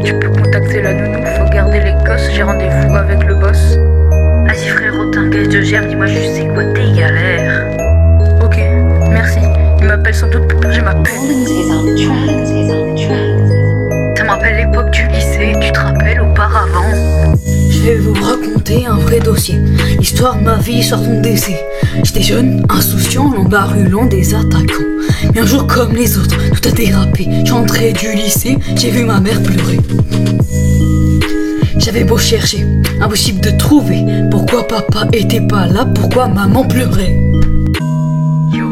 tu peux contacter la nounou, faut garder les gosses, j'ai rendez-vous avec le boss. Vas-y frérot, t'inquiète, je gère, dis-moi juste c'est quoi tes galères. Ok, merci. Il m'appelle sans doute pour purger ma peine. Ça me rappelle l'époque du lycée, tu te rappelles auparavant. Je vais vous raconter un vrai dossier, l'histoire de ma vie sur ton décès. J'étais jeune, insouciant, l'embarulant des attaquants. Mais un jour comme les autres, tout a dérapé. J'entrais du lycée, j'ai vu ma mère pleurer. J'avais beau chercher, impossible de trouver pourquoi papa était pas là, pourquoi maman pleurait. Yo.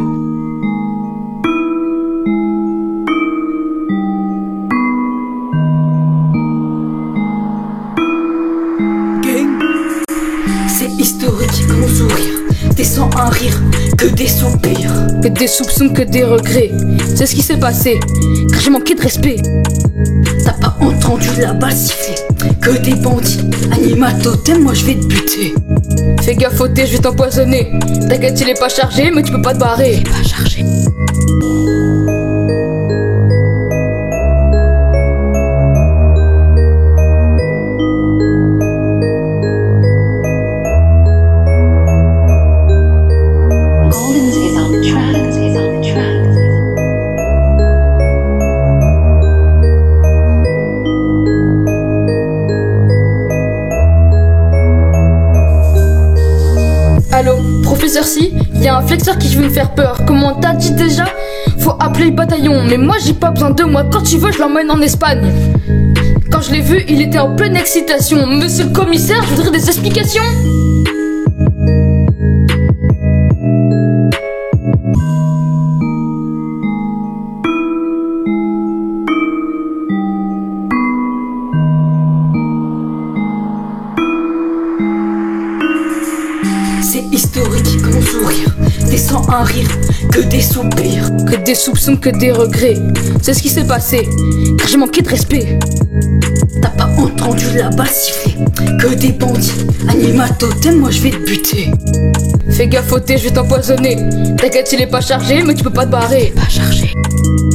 C'est historique comme sourire, des sans un rire, que des soupirs. Que des soupçons, que des regrets. C'est ce qui s'est passé, car j'ai manqué de respect. T'as pas entendu la balle siffler, que des bandits, animal totem, moi je vais te buter. Fais gaffe au thé, je vais t'empoisonner. T'inquiète, il est pas chargé, mais tu peux pas te barrer. Il est pas chargé. Allô, professeur Si, y a un flexeur qui veut me faire peur. Comment t'as dit déjà? Faut appeler le bataillon. Mais moi j'ai pas besoin de moi, quand tu veux je l'emmène en Espagne. Quand je l'ai vu, il était en pleine excitation. Monsieur le commissaire, je voudrais des explications. C'est historique comme sourire, des sans un rire, que des soupirs. Que des soupçons, que des regrets. C'est ce qui s'est passé, car j'ai manqué de respect. T'as pas entendu la balle siffler, que des bandits, animal totem, moi je vais te buter. Fais gaffe au thé, je vais t'empoisonner. T'inquiète, il est pas chargé, mais tu peux pas te barrer. Pas chargé.